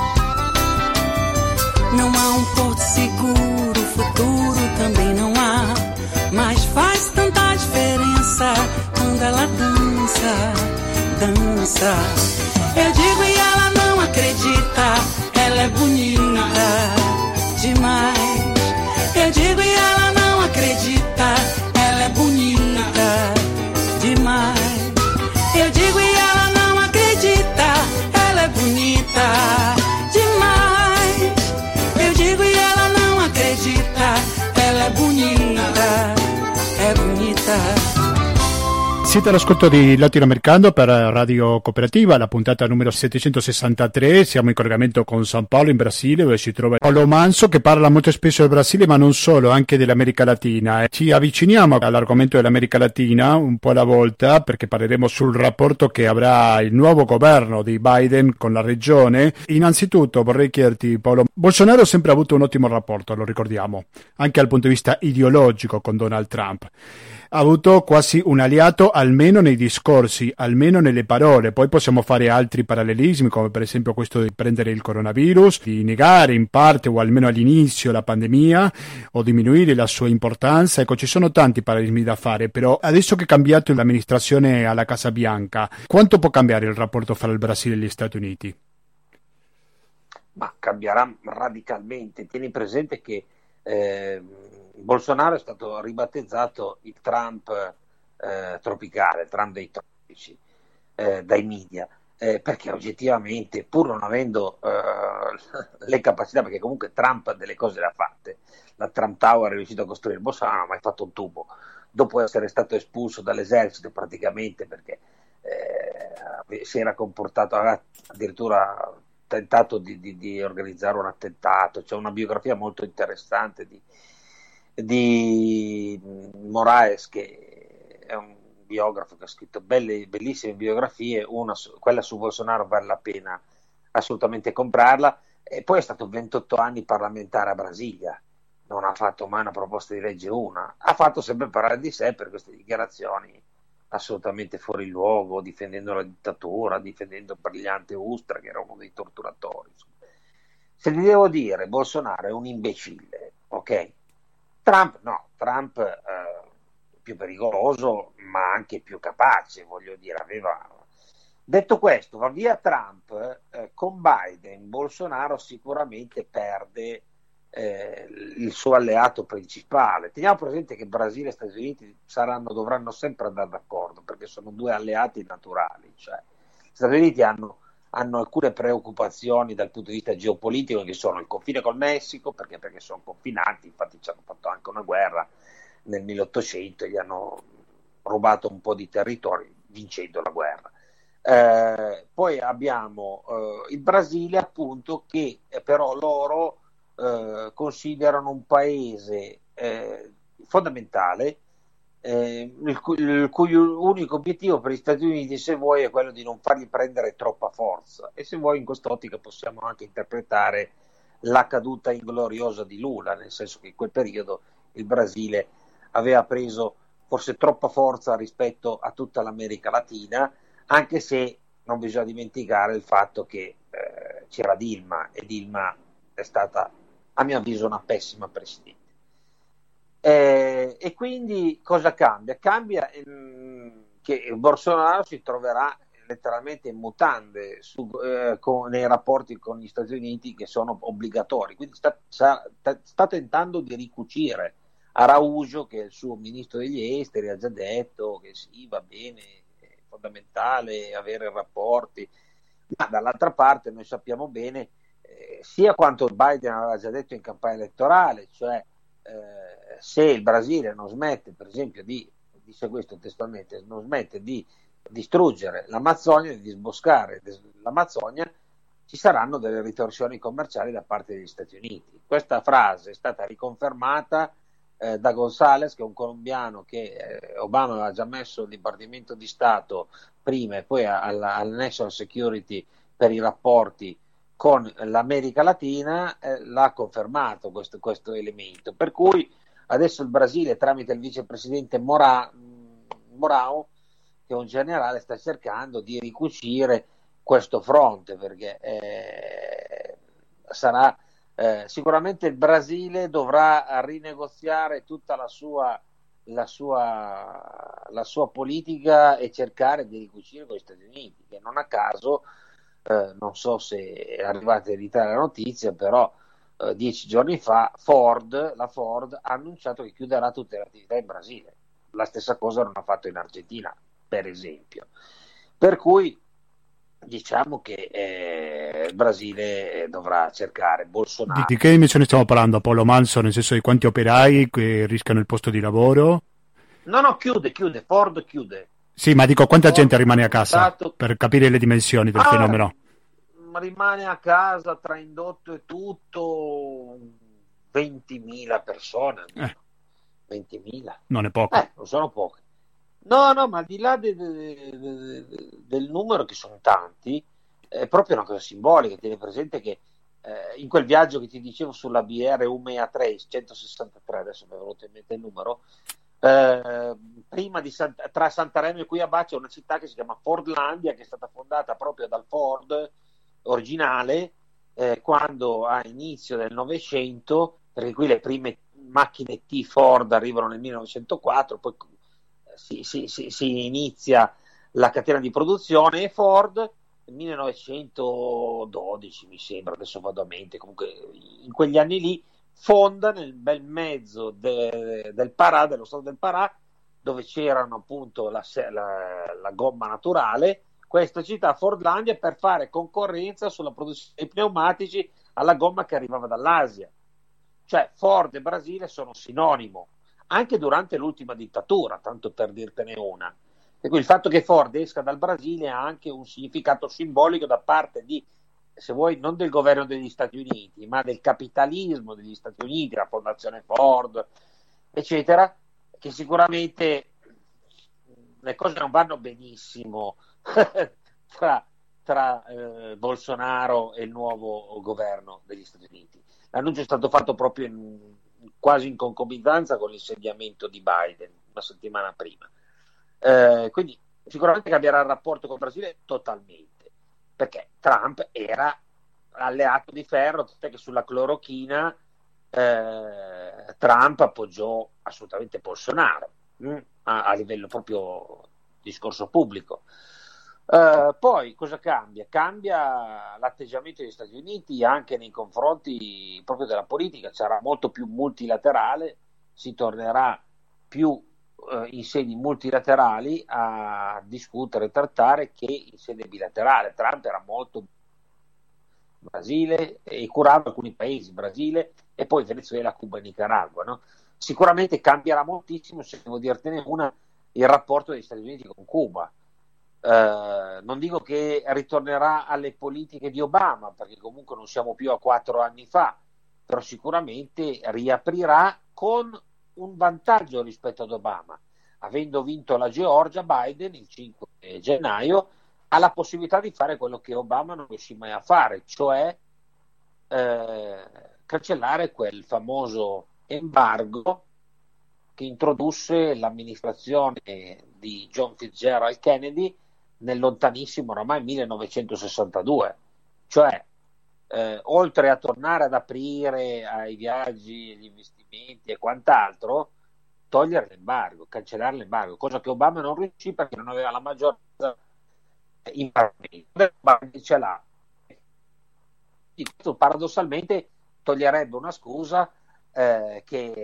Não há um porto seguro, futuro também não há, mas faz tanta diferença quando ela dança, dança. Eu digo e ela não acredita, ela é bonita demais. Eu digo e ela não acredita, ela é bonita demais. Eu digo e ela não acredita, ela é bonita demais. Eu digo e ela não acredita, ela é bonita, é bonita. Siete all'ascolto di Latinoamericano per Radio Cooperativa, la puntata numero settecentosessantatré. Siamo in collegamento con San Paolo, in Brasile, dove si trova Paolo Manso, che parla molto spesso del Brasile, ma non solo, anche dell'America Latina. Ci avviciniamo all'argomento dell'America Latina un po' alla volta, perché parleremo sul rapporto che avrà il nuovo governo di Biden con la regione. Innanzitutto vorrei chiederti, Paolo, Bolsonaro ha sempre avuto un ottimo rapporto, lo ricordiamo, anche dal punto di vista ideologico con Donald Trump. Ha avuto quasi un alleato almeno nei discorsi, almeno nelle parole. Poi possiamo fare altri parallelismi, come per esempio questo di prendere il coronavirus, di negare in parte o almeno all'inizio la pandemia o diminuire la sua importanza. Ecco, ci sono tanti parallelismi da fare, però adesso che è cambiato l'amministrazione alla Casa Bianca, quanto può cambiare il rapporto fra il Brasile e gli Stati Uniti? Ma cambierà radicalmente. Tieni presente che eh, Bolsonaro è stato ribattezzato il Trump eh, tropicale, il Trump dei tropici, eh, dai media, eh, perché oggettivamente, pur non avendo eh, le capacità, perché comunque Trump delle cose le ha fatte, la Trump Tower è riuscito a costruire, Bolsonaro non ha mai fatto un tubo, dopo essere stato espulso dall'esercito praticamente perché eh, si era comportato, aveva addirittura tentato di, di, di organizzare un attentato. C'è una biografia molto interessante di di Moraes, che è un biografo che ha scritto belle, bellissime biografie, una su, quella su Bolsonaro vale la pena assolutamente comprarla. E poi è stato ventotto anni parlamentare a Brasilia, non ha fatto mai una proposta di legge, una, ha fatto sempre parlare di sé per queste dichiarazioni assolutamente fuori luogo, difendendo la dittatura, difendendo Brillante Ustra, che era uno dei torturatori. Se gli devo dire, Bolsonaro è un imbecille, ok? Trump no, Trump eh, più pericoloso ma anche più capace, voglio dire, aveva... Detto questo, va via Trump, eh, con Biden Bolsonaro sicuramente perde eh, il suo alleato principale. Teniamo presente che Brasile e Stati Uniti saranno, dovranno sempre andare d'accordo, perché sono due alleati naturali, cioè gli Stati Uniti hanno hanno alcune preoccupazioni dal punto di vista geopolitico, che sono il confine col Messico, perché, perché sono confinanti, infatti ci hanno fatto anche una guerra nel milleottocento, gli hanno rubato un po' di territori vincendo la guerra. Eh, poi abbiamo eh, il Brasile, appunto, che eh, però loro eh, considerano un paese eh, fondamentale, Eh, il, cui, il cui unico obiettivo per gli Stati Uniti, se vuoi, è quello di non fargli prendere troppa forza. E se vuoi, in quest'ottica possiamo anche interpretare la caduta ingloriosa di Lula, nel senso che in quel periodo il Brasile aveva preso forse troppa forza rispetto a tutta l'America Latina, anche se non bisogna dimenticare il fatto che eh, c'era Dilma, e Dilma è stata, a mio avviso, una pessima presidente. Eh, e quindi cosa cambia? Cambia ehm, che Bolsonaro si troverà letteralmente in mutande su, eh, con, nei rapporti con gli Stati Uniti, che sono obbligatori, quindi sta, sta, sta tentando di ricucire. Araujo, che è il suo ministro degli esteri, ha già detto che sì, va bene, è fondamentale avere rapporti, ma dall'altra parte noi sappiamo bene eh, sia quanto Biden aveva già detto in campagna elettorale, cioè eh, se il Brasile non smette, per esempio, di, dice questo testualmente, non smette di distruggere l'Amazzonia, di disboscare l'Amazzonia, ci saranno delle ritorsioni commerciali da parte degli Stati Uniti. Questa frase è stata riconfermata Eh, da González, che è un colombiano che eh, Obama aveva già messo al Dipartimento di Stato prima e poi alla, alla National Security per i rapporti con l'America Latina, eh, l'ha confermato questo, questo elemento, per cui adesso il Brasile tramite il vicepresidente Mora, Morao, che è un generale, sta cercando di ricucire questo fronte, perché eh, sarà Eh, sicuramente il Brasile dovrà rinegoziare tutta la sua, la sua, la sua politica e cercare di ricucire con gli Stati Uniti, che non a caso, eh, non so se è arrivata in Italia la notizia, però eh, dieci giorni fa Ford, la Ford ha annunciato che chiuderà tutte le attività in Brasile. La stessa cosa non ha fatto in Argentina, per esempio. Per cui diciamo che eh, il Brasile dovrà cercare Bolsonaro. Di, di che dimensione stiamo parlando, Paolo Manso, nel senso di quanti operai che rischiano il posto di lavoro? No, no, chiude, chiude, Ford chiude. Sì, ma dico quanta Ford gente rimane a casa, stato... per capire le dimensioni del ah, fenomeno. Rimane a casa tra indotto e tutto ventimila persone, Eh, ventimila. non è poco. Eh, non sono poche. No, no, ma al di là de, de, de, de, del numero, che sono tanti, è proprio una cosa simbolica. Tieni presente che eh, in quel viaggio che ti dicevo sulla B R U M E A tre centosessantatré, adesso mi è venuto in mente il numero, eh, prima di San, tra Santarém e Cuiabá c'è una città che si chiama Fordlandia, che è stata fondata proprio dal Ford originale eh, quando a inizio del Novecento, perché qui le prime macchine T Ford arrivano nel millenovecentoquattro, poi Si, si, si, si inizia la catena di produzione e Ford nel millenovecentododici, mi sembra, adesso vado a mente, comunque in quegli anni lì fonda nel bel mezzo de, del Pará, dello stato del Pará, dove c'erano appunto la, la, la gomma naturale, questa città Fordlandia, per fare concorrenza sulla produzione dei pneumatici alla gomma che arrivava dall'Asia. Cioè Ford e Brasile sono sinonimo anche durante l'ultima dittatura, tanto per dirtene una. E quindi il fatto che Ford esca dal Brasile ha anche un significato simbolico da parte di, se vuoi, non del governo degli Stati Uniti, ma del capitalismo degli Stati Uniti, la fondazione Ford, eccetera, che sicuramente le cose non vanno benissimo tra, tra eh, Bolsonaro e il nuovo governo degli Stati Uniti. L'annuncio è stato fatto proprio in quasi in concomitanza con l'insediamento di Biden una settimana prima, eh, quindi sicuramente cambierà il rapporto con il Brasile totalmente, perché Trump era alleato di ferro, tant'è che sulla clorochina eh, Trump appoggiò assolutamente Bolsonaro mh, a, a livello proprio discorso pubblico. Uh, poi cosa cambia? Cambia l'atteggiamento degli Stati Uniti anche nei confronti proprio della politica, sarà molto più multilaterale, si tornerà più uh, in sedi multilaterali a discutere e trattare che in sede bilaterale. Trump era molto Brasile e curava alcuni paesi, Brasile e poi Venezuela, Cuba e Nicaragua, no? Sicuramente cambierà moltissimo, se devo dirtene una, il rapporto degli Stati Uniti con Cuba. Uh, non dico che ritornerà alle politiche di Obama, perché comunque non siamo più a quattro anni fa, però sicuramente riaprirà con un vantaggio rispetto ad Obama. Avendo vinto la Georgia, Biden il cinque gennaio ha la possibilità di fare quello che Obama non riuscì mai a fare, cioè eh, cancellare quel famoso embargo che introdusse l'amministrazione di John Fitzgerald Kennedy nel lontanissimo oramai millenovecentosessantadue, cioè eh, oltre a tornare ad aprire ai viaggi, agli investimenti e quant'altro, togliere l'embargo, cancellare l'embargo, cosa che Obama non riuscì perché non aveva la maggioranza in Parlamento ce l'ha. Questo paradossalmente toglierebbe una scusa eh,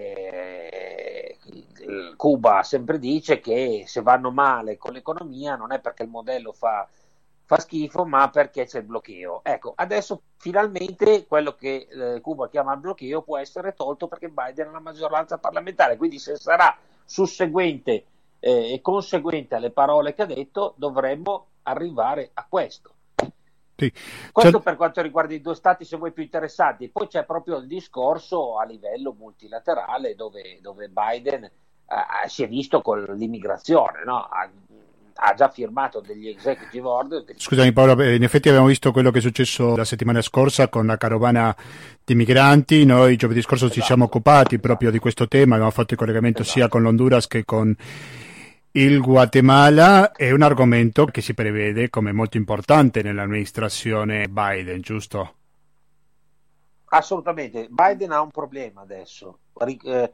che Cuba sempre dice, che se vanno male con l'economia non è perché il modello fa, fa schifo, ma perché c'è il bloqueo. Ecco, adesso finalmente quello che eh, Cuba chiama il bloqueo può essere tolto perché Biden ha la maggioranza parlamentare, quindi se sarà susseguente eh, e conseguente alle parole che ha detto, dovremmo arrivare a questo. Sì. Questo C'è... per quanto riguarda i due stati, se voi più interessanti. Poi c'è proprio il discorso a livello multilaterale dove, dove Biden eh, si è visto con l'immigrazione, no? ha, ha già firmato degli executive order. Degli... Scusami Paolo, in effetti abbiamo visto quello che è successo la settimana scorsa con la carovana di migranti. Noi giovedì scorso esatto, ci siamo occupati esatto. proprio di questo tema, abbiamo fatto il collegamento esatto. sia con l'Honduras che con il Guatemala. È un argomento che si prevede come molto importante nell'amministrazione Biden, giusto? Assolutamente. Biden ha un problema adesso, eh,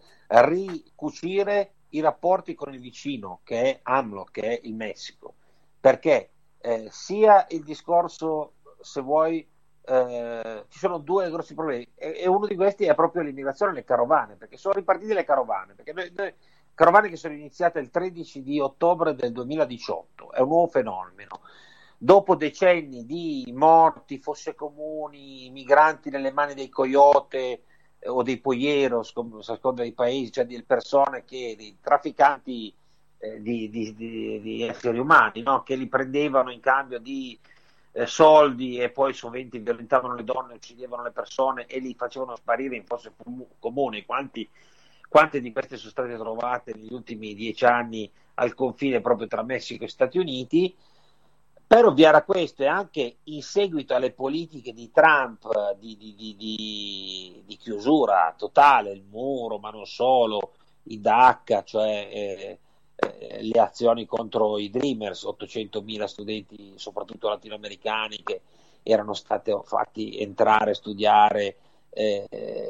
ricucire i rapporti con il vicino, che è AMLO, che è il Messico, perché eh, sia il discorso, se vuoi, eh, ci sono due grossi problemi, e, e uno di questi è proprio l'immigrazione e le carovane, perché sono ripartite le carovane, perché noi, noi carovane che sono iniziate il tredici di ottobre del duemiladiciotto, è un nuovo fenomeno. Dopo decenni di morti, fosse comuni, migranti nelle mani dei coyote eh, o dei poyeros, come si secondo dei paesi, cioè di persone che, di trafficanti eh, di, di, di, di esseri umani, no? Che li prendevano in cambio di eh, soldi e poi sovente violentavano le donne, uccidevano le persone e li facevano sparire in fosse comuni. Quanti Quante di queste sono state trovate negli ultimi dieci anni al confine proprio tra Messico e Stati Uniti? Per ovviare a questo, e anche in seguito alle politiche di Trump di, di, di, di, di chiusura totale, il muro, ma non solo, i DACA, cioè eh, eh, le azioni contro i Dreamers, ottocentomila studenti, soprattutto latinoamericani, che erano stati fatti entrare, studiare, eh,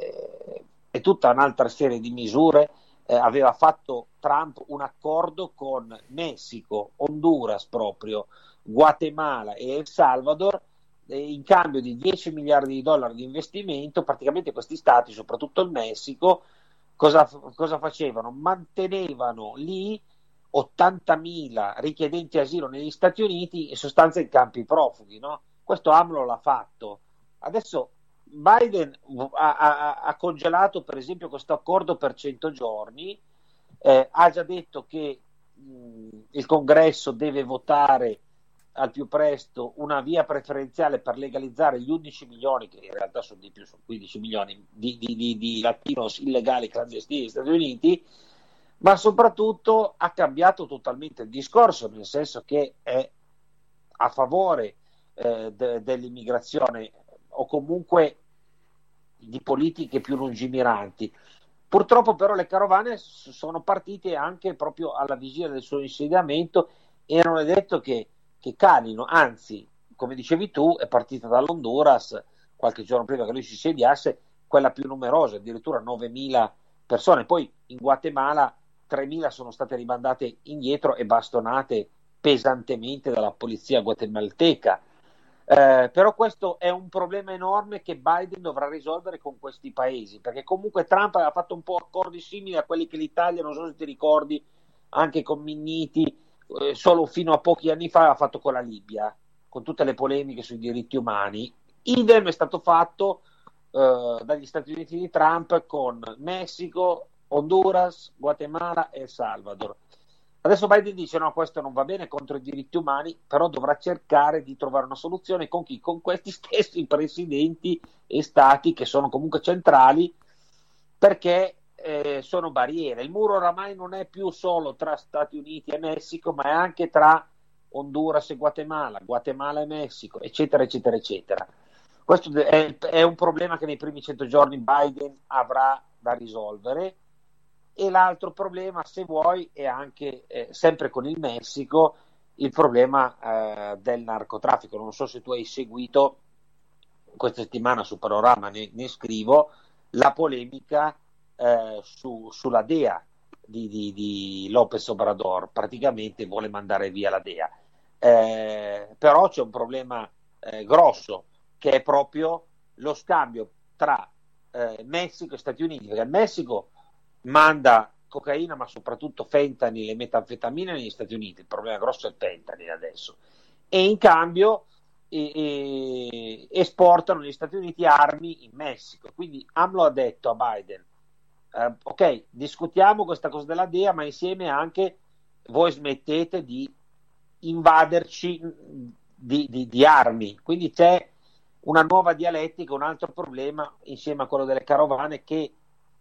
e tutta un'altra serie di misure, eh, aveva fatto Trump un accordo con Messico, Honduras proprio, Guatemala e El Salvador, eh, in cambio di dieci miliardi di dollari di investimento. Praticamente questi stati, soprattutto il Messico, cosa, cosa facevano? Mantenevano lì ottantamila richiedenti asilo negli Stati Uniti, in sostanza in campi profughi, no? Questo AMLO l'ha fatto. Adesso Biden ha, ha, ha congelato per esempio questo accordo per cento giorni, eh, ha già detto che mh, il Congresso deve votare al più presto una via preferenziale per legalizzare gli undici milioni, che in realtà sono di più, sono quindici milioni di, di, di, di latinos illegali clandestini negli Stati Uniti, ma soprattutto ha cambiato totalmente il discorso, nel senso che è a favore eh, de, dell'immigrazione o comunque di politiche più lungimiranti. Purtroppo però le carovane sono partite anche proprio alla vigilia del suo insediamento e non è detto che, che calino, anzi, come dicevi tu, è partita dall'Honduras qualche giorno prima che lui si insediasse, quella più numerosa, addirittura novemila persone. Poi in Guatemala tremila sono state rimandate indietro e bastonate pesantemente dalla polizia guatemalteca. Eh, però questo è un problema enorme che Biden dovrà risolvere con questi paesi, perché comunque Trump aveva fatto un po' accordi simili a quelli che l'Italia, non so se ti ricordi, anche con Minniti, eh, solo fino a pochi anni fa aveva fatto con la Libia, con tutte le polemiche sui diritti umani. Idem è stato fatto eh, dagli Stati Uniti di Trump con Messico, Honduras, Guatemala e El Salvador. Adesso Biden dice no, questo non va bene, contro i diritti umani, però dovrà cercare di trovare una soluzione con chi? Con questi stessi presidenti e stati che sono comunque centrali, perché eh, sono barriere. Il muro oramai non è più solo tra Stati Uniti e Messico, ma è anche tra Honduras e Guatemala, Guatemala e Messico, eccetera, eccetera, eccetera. Questo è, è un problema che nei primi cento giorni Biden avrà da risolvere. E l'altro problema, se vuoi, è anche eh, sempre con il Messico, il problema eh, del narcotraffico. Non so se tu hai seguito questa settimana su Panorama, ne, ne scrivo, la polemica eh, su, sulla D E A di, di, di López Obrador. Praticamente vuole mandare via la D E A. eh, però c'è un problema eh, grosso, che è proprio lo scambio tra eh, Messico e Stati Uniti, perché il Messico manda cocaina, ma soprattutto fentanyl e metanfetamina negli Stati Uniti. Il problema grosso è il fentanyl adesso, e in cambio e, e, esportano negli Stati Uniti armi in Messico. Quindi AMLO ha detto a Biden, eh, ok, discutiamo questa cosa della D E A, ma insieme anche voi smettete di invaderci di, di, di armi. Quindi c'è una nuova dialettica, un altro problema insieme a quello delle carovane, che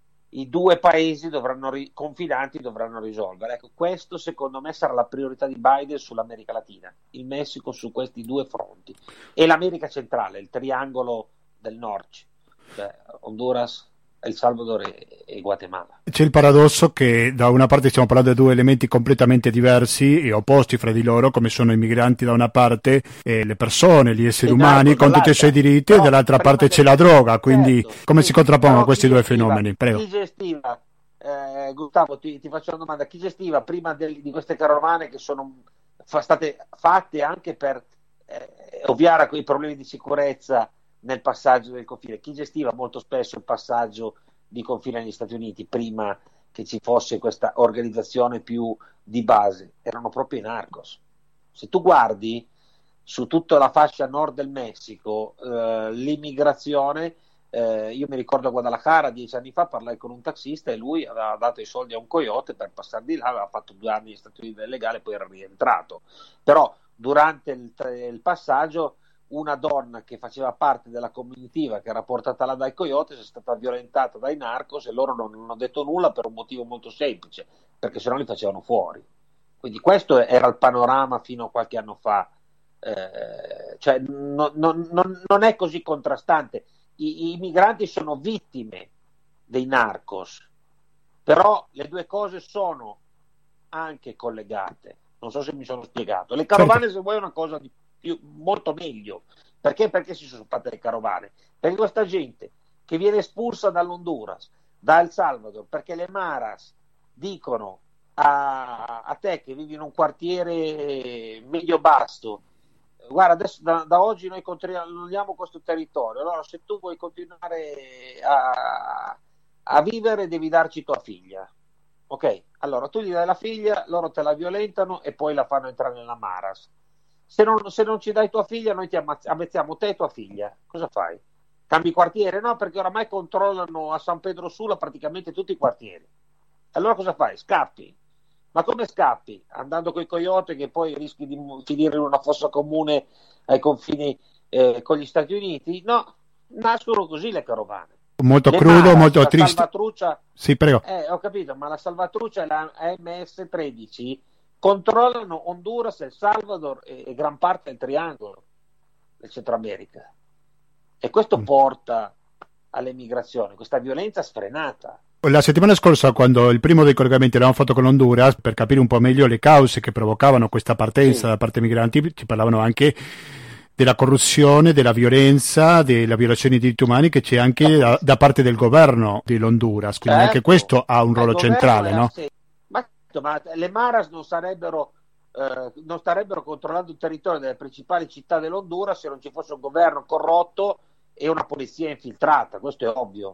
i due paesi dovranno ri- confinanti dovranno risolvere. Ecco, questo secondo me sarà la priorità di Biden sull'America Latina, il Messico su questi due fronti, e l'America centrale, il triangolo del nord, cioè Honduras, El Salvador e, e Guatemala. C'è il paradosso che da una parte stiamo parlando di due elementi completamente diversi e opposti fra di loro, come sono i migranti da una parte e le persone, gli esseri Il umani narco con tutti i suoi diritti, però, e dall'altra parte c'è la droga, quindi certo, come sì, si contrappongono questi due gestiva, fenomeni? Prego. Chi gestiva, eh, Gustavo, ti, ti faccio una domanda, chi gestiva prima del, di queste carovane che sono fa, state fatte anche per eh, ovviare a quei problemi di sicurezza nel passaggio del confine? Chi gestiva molto spesso il passaggio di confine negli Stati Uniti prima che ci fosse questa organizzazione più di base? Erano proprio i narcos. Se tu guardi su tutta la fascia nord del Messico, eh, l'immigrazione, eh, io mi ricordo a Guadalajara dieci anni fa parlai con un taxista e lui aveva dato i soldi a un coyote per passare di là, aveva fatto due anni negli Stati Uniti illegale, poi era rientrato. Però durante il, il passaggio una donna che faceva parte della comitiva che era portata là dai coyotes è stata violentata dai narcos, e loro non hanno detto nulla per un motivo molto semplice, perché sennò li facevano fuori. Quindi questo era il panorama fino a qualche anno fa, eh, cioè no, no, no, non è così contrastante. I, i migranti sono vittime dei narcos, però le due cose sono anche collegate. Non so se mi sono spiegato. Le carovane, certo, se vuoi, è una cosa di più, molto meglio. Perché? Perché si sono fatte le carovane? Perché questa gente che viene espulsa dall'Honduras, da El Salvador, perché le maras dicono a, a te che vivi in un quartiere medio-basso, guarda, adesso da, da oggi noi controlliamo questo territorio, allora se tu vuoi continuare a, a vivere devi darci tua figlia. Ok, allora tu gli dai la figlia, loro te la violentano e poi la fanno entrare nella maras. Se non, se non ci dai tua figlia, noi ti ammazziamo te e tua figlia. Cosa fai? Cambi quartiere? No, perché oramai controllano a San Pedro Sula praticamente tutti i quartieri. Allora cosa fai? Scappi. Ma come scappi? Andando coi coyote, che poi rischi di finire in una fossa comune ai confini eh, con gli Stati Uniti? No, nascono così le carovane. Molto le crudo, maras, molto la triste. Salvatruccia, sì, prego. Eh, ho capito, ma la Salvatruccia e la M S tredici controllano Honduras, El Salvador e, e gran parte del triangolo del Centro America, e questo mm. porta all'emigrazione, questa violenza sfrenata. La settimana scorsa, quando il primo dei collegamenti l'abbiamo fatto con l'Honduras, per capire un po' meglio le cause che provocavano questa partenza, sì, da parte dei migranti, ci parlavano anche della corruzione, della violenza, della violazione dei diritti umani che c'è anche da, da parte del governo dell'Honduras, quindi certo, anche questo ha un ruolo centrale, no? Sì. Ma le maras non sarebbero eh, non starebbero controllando il territorio delle principali città dell'Honduras se non ci fosse un governo corrotto e una polizia infiltrata, questo è ovvio.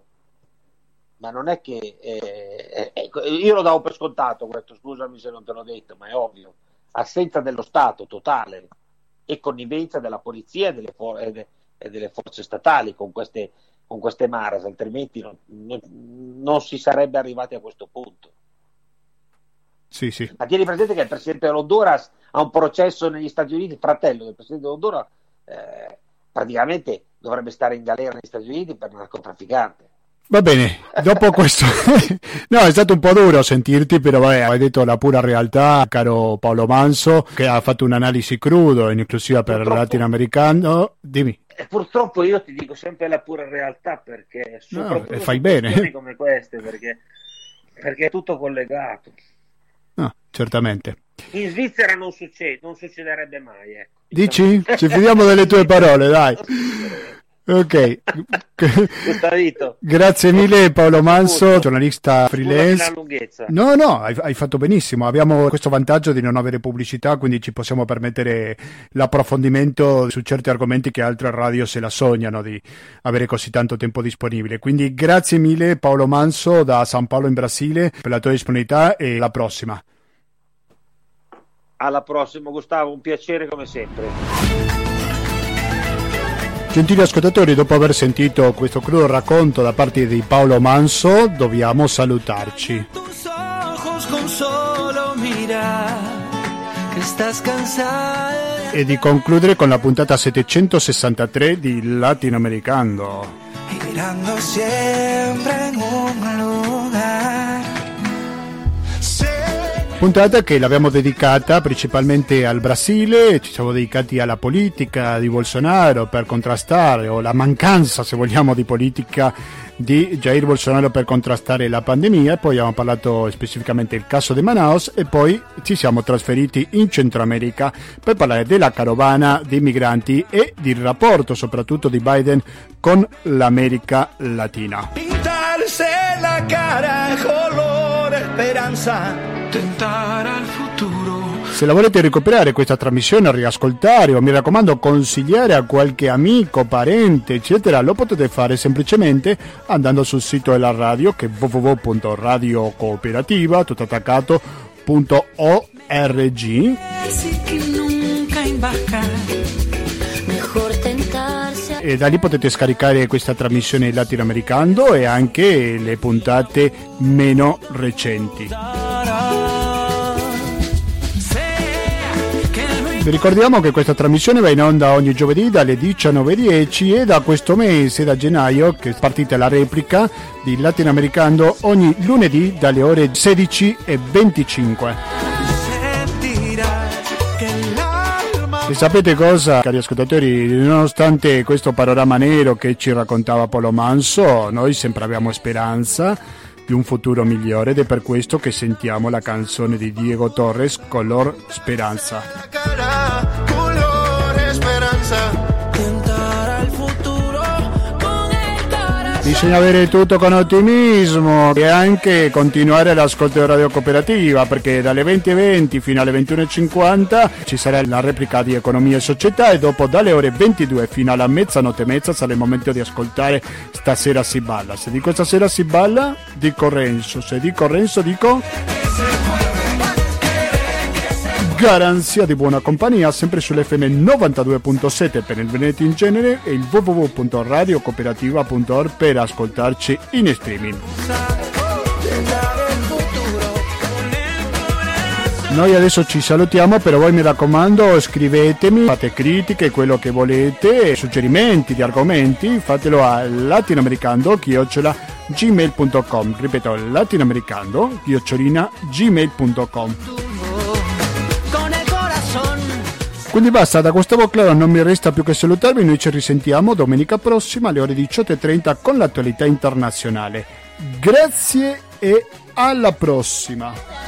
Ma non è che eh, eh, io lo davo per scontato questo, scusami se non te l'ho detto, ma è ovvio. Assenza dello Stato totale e connivenza della polizia e delle, for- e de- e delle forze statali con queste, con queste maras, altrimenti non, non, non si sarebbe arrivati a questo punto. Sì, sì. Ma tieni presente che il presidente dell'Honduras ha un processo negli Stati Uniti, fratello del presidente dell'Honduras, eh, praticamente dovrebbe stare in galera negli Stati Uniti per narcotrafficante. Va bene, dopo questo no, è stato un po' duro sentirti, però vabbè, hai detto la pura realtà, caro Paolo Manso, che ha fatto un'analisi crudo, in inclusiva per il latinoamericano. Dimmi. Purtroppo io ti dico sempre la pura realtà, perché no, e fai bene come queste, perché, perché è tutto collegato. No, certamente. In Svizzera non succede, non succederebbe mai, ecco. Dici? Ci fidiamo delle tue parole, dai. Ok, Gustavito. Grazie mille Paolo Manso, giornalista freelance. La lunghezza. No, no, hai, hai fatto benissimo. Abbiamo questo vantaggio di non avere pubblicità, quindi ci possiamo permettere l'approfondimento su certi argomenti che altre radio se la sognano di avere così tanto tempo disponibile. Quindi grazie mille Paolo Manso da San Paolo in Brasile per la tua disponibilità e alla prossima. Alla prossima Gustavo, un piacere come sempre. Gentili ascoltatori, dopo aver sentito questo crudo racconto da parte di Paolo Manso, dobbiamo salutarci. E di concludere con la puntata settecentosessantatré di Latinoamericano. Girando sempre in un lugar. Puntata che l'abbiamo dedicata principalmente al Brasile, ci siamo dedicati alla politica di Bolsonaro per contrastare, o la mancanza, se vogliamo, di politica di Jair Bolsonaro per contrastare la pandemia. Poi abbiamo parlato specificamente del caso di Manaus e poi ci siamo trasferiti in Centro America per parlare della carovana di migranti e del rapporto soprattutto di Biden con l'America Latina. Pintarse la cara color speranza. Al futuro. Se la volete recuperare questa trasmissione, riascoltare o mi raccomando consigliare a qualche amico, parente eccetera, lo potete fare semplicemente andando sul sito della radio che è w w w punto radio cooperativa tutto attaccato punto org e da lì potete scaricare questa trasmissione latinoamericano e anche le puntate meno recenti. Vi ricordiamo che questa trasmissione va in onda ogni giovedì dalle diciannove e dieci e da questo mese, da gennaio, che è partita la replica di Latinoamericano ogni lunedì dalle ore sedici e venticinque. E sapete cosa, cari ascoltatori, nonostante questo panorama nero che ci raccontava Paolo Manso, noi sempre abbiamo speranza di un futuro migliore ed è per questo che sentiamo la canzone di Diego Torres, Color Speranza. Bisogna avere tutto con ottimismo e anche continuare l'ascolto di Radio Cooperativa, perché dalle venti e venti fino alle ventuno e cinquanta ci sarà la replica di Economia e Società e dopo dalle ore ventidue fino alla mezzanotte e mezza sarà il momento di ascoltare Stasera si balla. Se dico stasera si balla, dico Renzo, se dico Renzo dico garanzia di buona compagnia, sempre sull'F M novantadue virgola sette per il Veneto in genere e il w w w punto radio cooperativa punto org per ascoltarci in streaming. Noi adesso ci salutiamo, però voi mi raccomando scrivetemi, fate critiche, quello che volete, suggerimenti di argomenti, fatelo a latinoamericando chiocciola gmail punto com, ripeto latinoamericando chiocciolina gmail punto com. Quindi basta, da Gustavo Claro non mi resta più che salutarvi, noi ci risentiamo domenica prossima alle ore diciotto e trenta con l'attualità internazionale. Grazie e alla prossima!